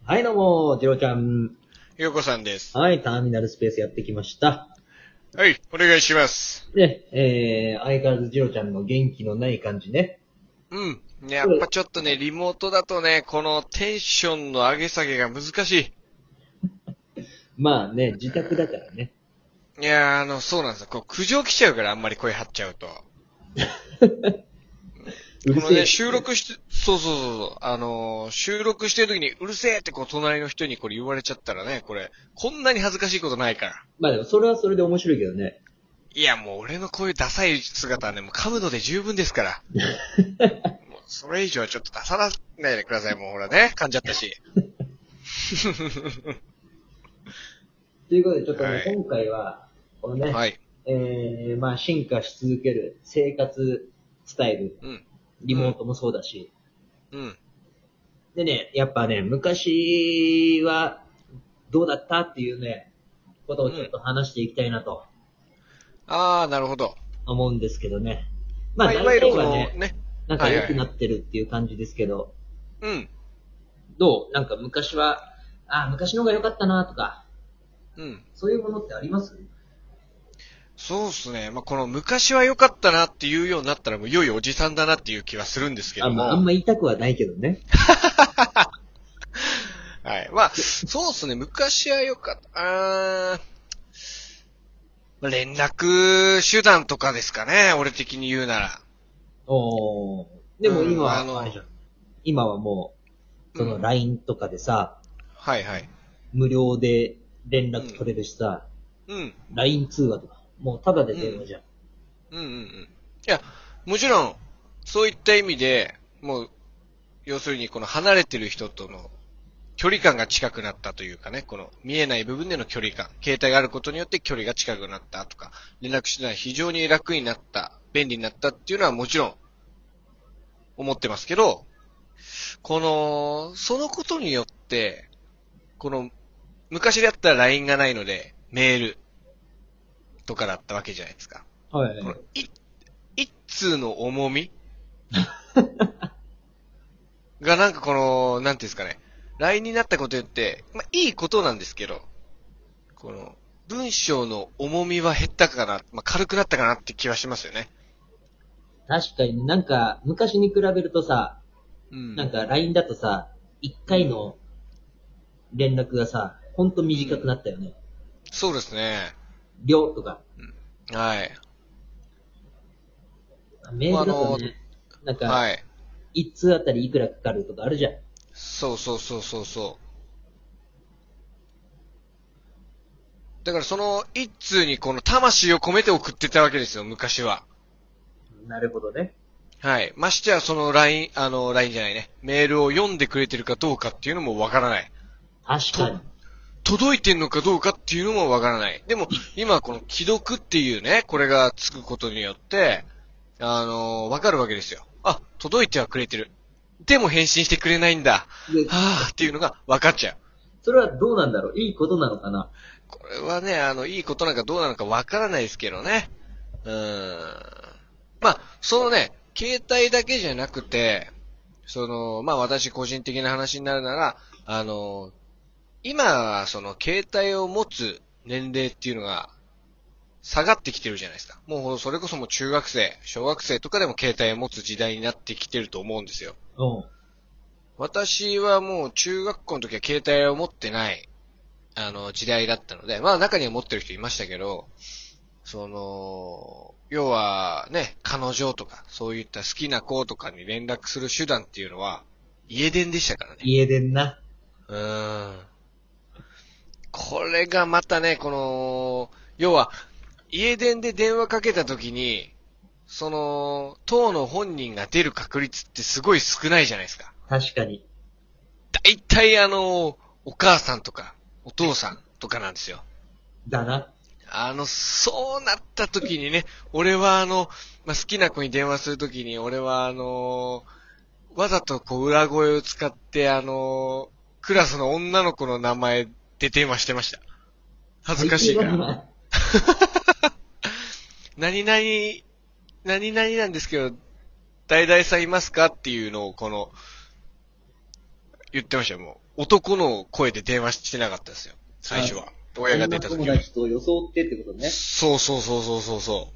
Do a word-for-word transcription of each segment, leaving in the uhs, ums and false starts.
はい、どうも、ジローちゃん。 ようこさんです。 はい、ターミナルスペースやってきました。 はい、お願いします。 で、えー、相変わらずジローちゃんの元気のない感じね。 うん。やっぱちょっとね、リモートだとね、このテンションの上げ下げが難しい。 まあね、自宅だからね。 いやー、あの、そうなんですよ。こう、苦情来ちゃうから、あんまり声張っちゃうと。このね、 うるせえ。 収録して、そうそうそうそう、あのー収録してる時にうるせえってこう、隣の人にこれ言われちゃったらね、これ、こんなに恥ずかしいことないから。 まあでも、それはそれで面白いけどね。 いや、もう俺のこういうダサい姿はね、もう噛むので十分ですから。もうそれ以上はちょっと出さないでください、もうほらね、噛んじゃったし。 ということで、ちょっとね、 はい今回は、このね、 はい。 えー、まあ進化し続ける生活スタイル、 うん。 リモートもそうだし。 うん。 でね、やっぱね、昔はどうだったっていうね、ことをちょっと話していきたいなとああ、なるほど。 思うんですけどね。まあまあ、い大わゆるこ体はね、 のね。 なんかはいはいはい。 良くなってるっていう感じですけど、 うん。 どうなんか昔は、あ、昔の方が良かったなとか、 うん。 そういうものってあります？ そうっすね。まあ、この昔は良かったなっていうようになったらもういよいよおじさんだなっていう気はするんですけあ、まあ、あんども。 ま言いたくはないけどね。 はい。まあ、そうっすね。昔は良かった。あーまあ連絡手段とかですかね。俺的に言うなら。 おー。でうん。あも今、あれじの、 ゃん。今はもう、そのうん。 ライン とかでさ、 はいはい。 無料で連絡取うん。 れるしさ、 うん。 ライン 通話とか、もうタダでうん。 電話じゃん。 うんうんうん。いや、もちろん、そういった意味で、もう、要するにこの離れてる人との距離感が近くなったというかね、この見えない部分での距離感、携帯があることによって距離が近くなったとか、連絡手段非常に楽になった、便利になったっていうのはもちろん思ってますけど、この、そのことによって、この、昔だったら ライン がないので、メールとかだったわけじゃないですか。この、 はいはい。 い、一通の重みがなんかこの、なんていうんですかね、ライン になったことによって、まあいいことなんですけど、この、文章の重みは減ったかな、まあ、軽くなったかなって気はしますよね。 確かになんか、昔に比べるとさ、 うん。 なんか ライン だとさ、一うん。 回の連絡がさ、ほんと短くうん。 なったよね。 そうですね。 秒とか。 うん。はい。 メールまあ、あの、 だとね、なんか、 はい。 一通あたりいくらかかるとかあるじゃん。 そうそうそうそうそう。だからその一通にこの魂を込めて送ってたわけですよ、昔は。 なるほどね。 はい。ましてやその ライン、あの、ライン じゃないね。メールを読んでくれてるかどうかっていうのもわからない。と、 確かに。 届いてんのかどうかっていうのもわからない。でも、今この既読っていうね、これがつくことによって、あのーわかるわけですよ。あ、届いてはくれてる。でも返信してくれないんだ。 で、 はぁっていうのが分かっちゃう。 それはどうなんだろういいことなのかな？ これはね、あの、いいことなのかどうなのか分からないですけどね。うーん。まあ、そのね、携帯だけじゃなくて、その、まあ私個人的な話になるなら、あの、今はその携帯を持つ年齢っていうのが下がってきてるじゃないですか。もうそれこそもう中学生、小学生とかでも携帯を持つ時代になってきてると思うんですよ。 うん。 私はもう中学校の時は携帯を持ってない、あの、時代だったので、まあ中には持ってる人いましたけど、その、要はね、彼女とか、そういった好きな子とかに連絡する手段っていうのは、家電でしたからね。 家電な。 うーん。これがまたね、この、要は、家電で電話かけた時に、その、当の本人が出る確率ってすごい少ないじゃないですか。 確かに。 だいたいあの、お母さんとか、お父さんとかなんですよ。 だな。 あの、そうなった時にね、俺はあの、まあ、好きな子に電話する時に、俺はあの、わざとこう裏声を使って、あの、クラスの女の子の名前で電話してました。恥ず最低かしいから。 だな。 何々、何々なんですけど、誰々さんいますかっていうのを、この、 言ってましたよ、もう。男の声で電話してなかったですよ。最初は。親が出た時は。 友達と装ってってことね。 そうそうそうそうそうそ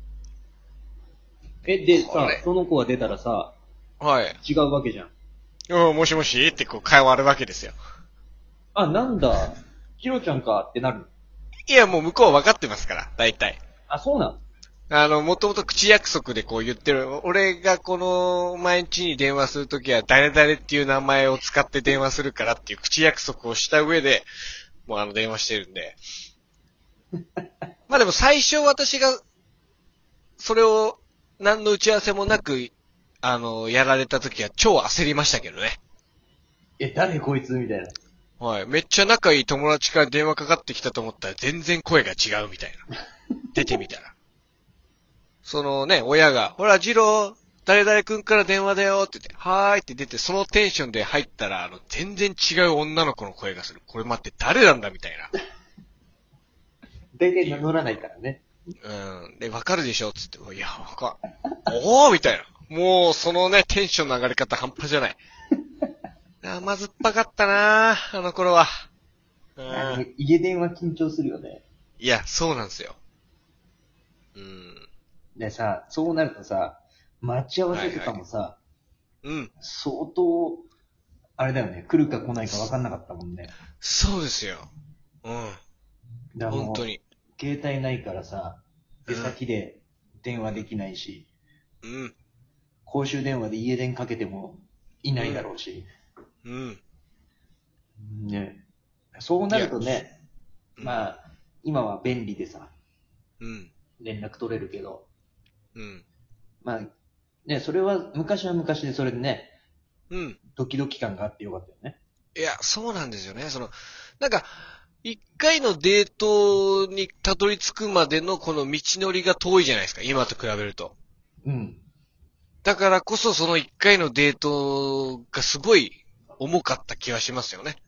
え、でさこれ、 その子が出たらさ、 う。はい。 違うわけじゃん。 うん、もしもしってこう会話あるわけですよ。 あ、なんだ、ヒロちゃんかってなる。 いや、もう向こうは分かってますから、大体。 あ、そうなん。 あの、もともと口約束でこう言ってる。俺がこの毎日に電話するときは誰々っていう名前を使って電話するからっていう口約束をした上で、もうあの電話してるんで。まあでも最初私が、それを何の打ち合わせもなく、あの、やられたときは超焦りましたけどね。 え、誰こいつみたいな。 はい。めっちゃ仲いい友達から電話かかってきたと思ったら全然声が違うみたいな。出てみたら。そのね、親が、ほら、ジロー、誰々くんから電話だよって言って、はーいって出て、そのテンションで入ったら、あの、全然違う女の子の声がする。これ待って、誰なんだみたいな。 大体名乗らないからね。 うん。で、わかるでしょつって、いや、わかん。おーみたいな。もう、そのね、テンションの上がり方半端じゃない。あ、まずっぱかったなぁ、あの頃は。うあのん。 家電は緊張するよね。 いや、そうなんですよ。うん。 でさ、そうなるとさ、待ち合わせとかもさ、 うん。 相当、あれだよね、来るか来ないか分かんなかったもんね。 そうですよ。うん。 だからもう本当に。 携帯ないからさ、出うん先で電話できないし、 うん。 公衆電話で家電かけてもいないだろうし。 うん。 ね。そうなるとね、 うんまあ、今は便利でさ、 うん。 連絡取れるけど、 うん。 まあ、ね、それは昔は昔でそれでね、 うん。 ドキドキ感があってよかったよね。 いや、そうなんですよね。その、なんか、一回のデートにたどり着くまでのこの道のりが遠いじゃないですか。今と比べると。 うん。 だからこそその一回のデートがすごい重かった気はしますよね。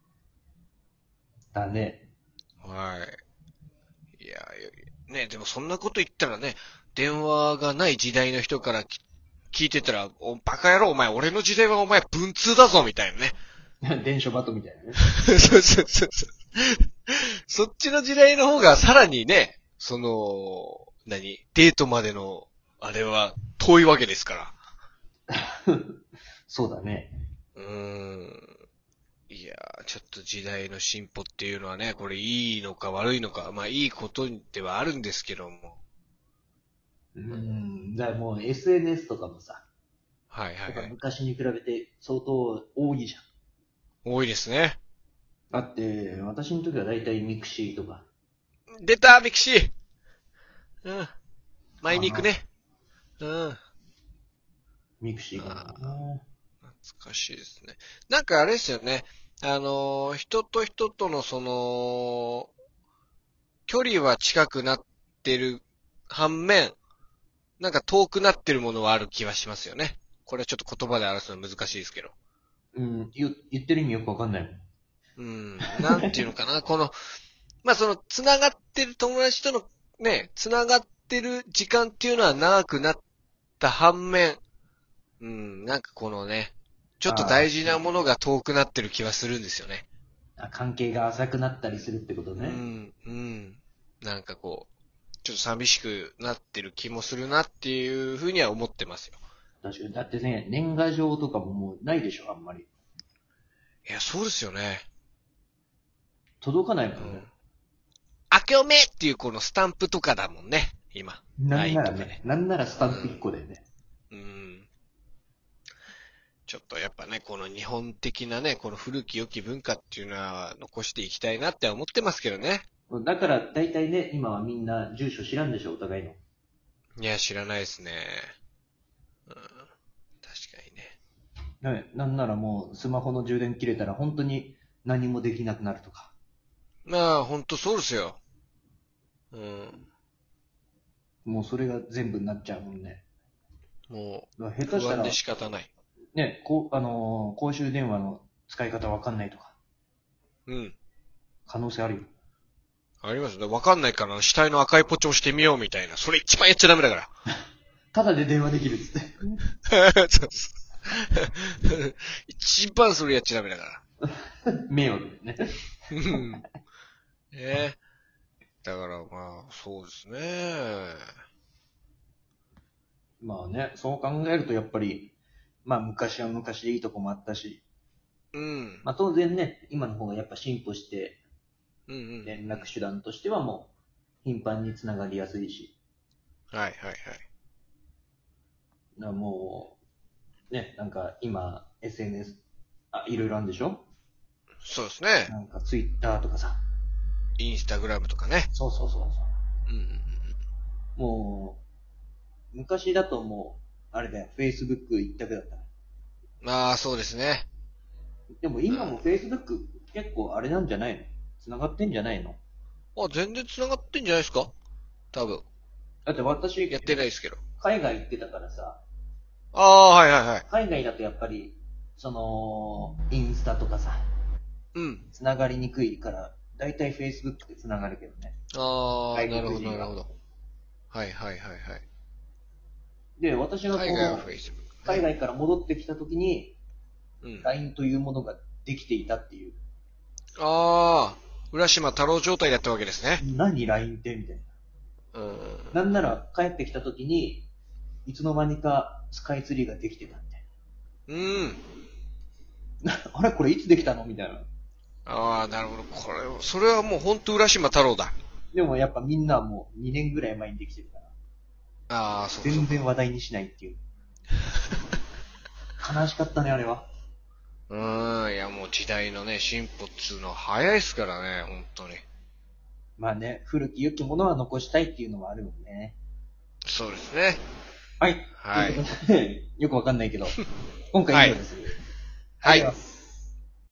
だね。 はい。いや、ね、でもそんなこと言ったらね、電話がない時代の人からき聞いてたら、お、バカ野郎お前、俺の時代はお前文通だぞみたいなね。 電書バトみたいなね。 そうそうそうそう。そっちの時代の方がさらにね、その、何デートまでの、あれは遠いわけですから。 そうだね。 うーん。いやー、ちょっと時代の進歩っていうのはね、これいいのか悪いのか、まあいいことではあるんですけども。 うん。だからもう エスエヌエス とかもさ、やっぱはいはいはい。 昔に比べて相当多いじゃん。 多いですね。 だって、私の時は大体ミクシーとか。 出たミクシーうん。マイミクね。うん。 ミクシーかな。 懐かしいですね。なんかあれですよね。あのー、人と人とのその、距離は近くなってる反面、なんか遠くなってるものはある気はしますよね。これはちょっと言葉で表すのは難しいですけど。 うん、言言ってる意味よくわかんないもん。 うん。なんていうのかな。この、まあその、繋がってる友達とのね、繋がってる時間っていうのは長くなった反面、うん、なんかこのね、ちょっと大事なものが遠くなってる気はするんですよね。 あ、関係が浅くなったりするってことね。 うん、うん。なんかこう、ちょっと寂しくなってる気もするなっていうふうには思ってますよ。 確かに。だってね、年賀状とかももうないでしょ、あんまり。 いや、そうですよね。 届かないもうんん。 ね。 明けおめっていうこのスタンプとかだもんね、今。 なんならライン とかね、なんならスタンプいっこだよね。 うん。ちょっとやっぱね、この日本的なね、この古き良き文化っていうのは残していきたいなって思ってますけどね。 だから大体ね、今はみんな住所知らんでしょ、お互いの。 いや、知らないですね。うん。確かにね。 ね、なんならもうスマホの充電切れたら本当に何もできなくなるとか。 まあ、ほんとそうですよ。うん。 もうそれが全部になっちゃうもんね。 もだからう、 下手したら不安で、仕方ない。 ね、こう、あのー公衆電話の使い方わかんないとか、 うん。 可能性あるよ。 ありますね。わかんないから、死体の赤いポチ押してみようみたいな。それ一番やっちゃダメだから。 ただで電話できるっつって。 そうそ一番それやっちゃダメだから。 迷惑ね。 ねえ。だからまあ、そうですね。 まあね、そう考えるとやっぱり、まあ昔は昔でいいとこもあったし、 うん。 まあ当然ね、今の方がやっぱ進歩して、 うんうん。 連絡手段としてはもう頻繁につながりやすいし、 はいはいはい。 なもう、ね、なんか今 エスエヌエス、あ、いろいろあるんでしょ？ そうですね。 なんかツイッターとかさ、 インスタグラムとかね。 そうそうそうそう。 うんうんうん。 もう、昔だともう、あれだよ、Facebook 一択だった。 まあ、そうですね。 でも今も Facebook 結構あれなんじゃないの？繋がってんじゃないの？ あ、全然繋がってんじゃないですか？多分。 だって私、 やってないですけど。 海外行ってたからさ、 ああ、はいはいはい。 海外だとやっぱり、その、インスタとかさ、 うん。 繋がりにくいから、だいたい Facebook で繋がるけどね。 ああ、 外なるほど国人はなるほど。はいはいはいはい。 で、私がこ海外はう、 Facebook。 海外から戻ってきた時に、 うん。 ライン というものができていたっていう。 ああ、浦島太郎状態だったわけですね。 何 ライン ってみたいうん。 な。なんなら帰ってきた時に、いつの間にかスカイツリーができてたみたいうん。 な。あれこれいつできたのみたいな。 ああ、なるほど。これ、それはもう本当浦島太郎だ。 でもやっぱみんなもうにねんぐらい前にできてるから。 ああ、そうそう。 全然話題にしないっていう。悲しかったね、あれは。 うーん、いやもう時代のね、進歩っつうのは早いですからね、本当に。 まあね、古き良きものは残したいっていうのはあるもんね。 そうですね。 はい。 はい。 ということでよくわかんないけど、今回以上です。 はい。 ありがとうございます。